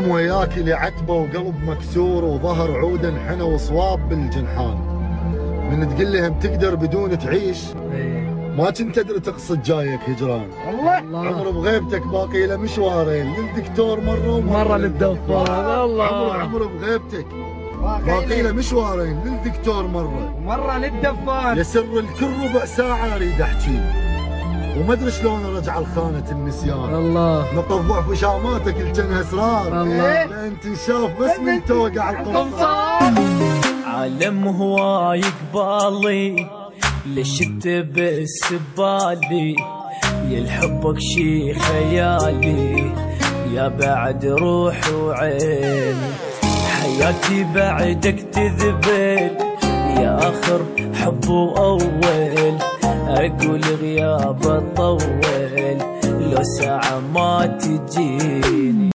هم وياك اللي عتبه وقلب مكسور وظهر عود انحنى وصواب بالجنحان. من تقول لهم تقدر بدون تعيش ما كنت تدري تقصد جايك هجران. الله عمر بغيبتك باقي له مشوارين، للدكتور مره ومره للدفان. الله عمر بغيبتك باقي له مشوارين، للدكتور مره ومره للدفان. يسر الكل ربع ساعه اريد احكي وما ادري شلون ارجع لخانه النسيان. الله نقط ضعف وشاماتك الجنها اسرار. الله لان تنشاف بس من توقع القمصان. عالم هواي قبالي ليش تبس ببالي، يا حبك شي خيالي يا بعد روح وعين، حياتي بعدك تذبل يا اخر حب واول، اقول غياب طول لو ساعة ما تجيني.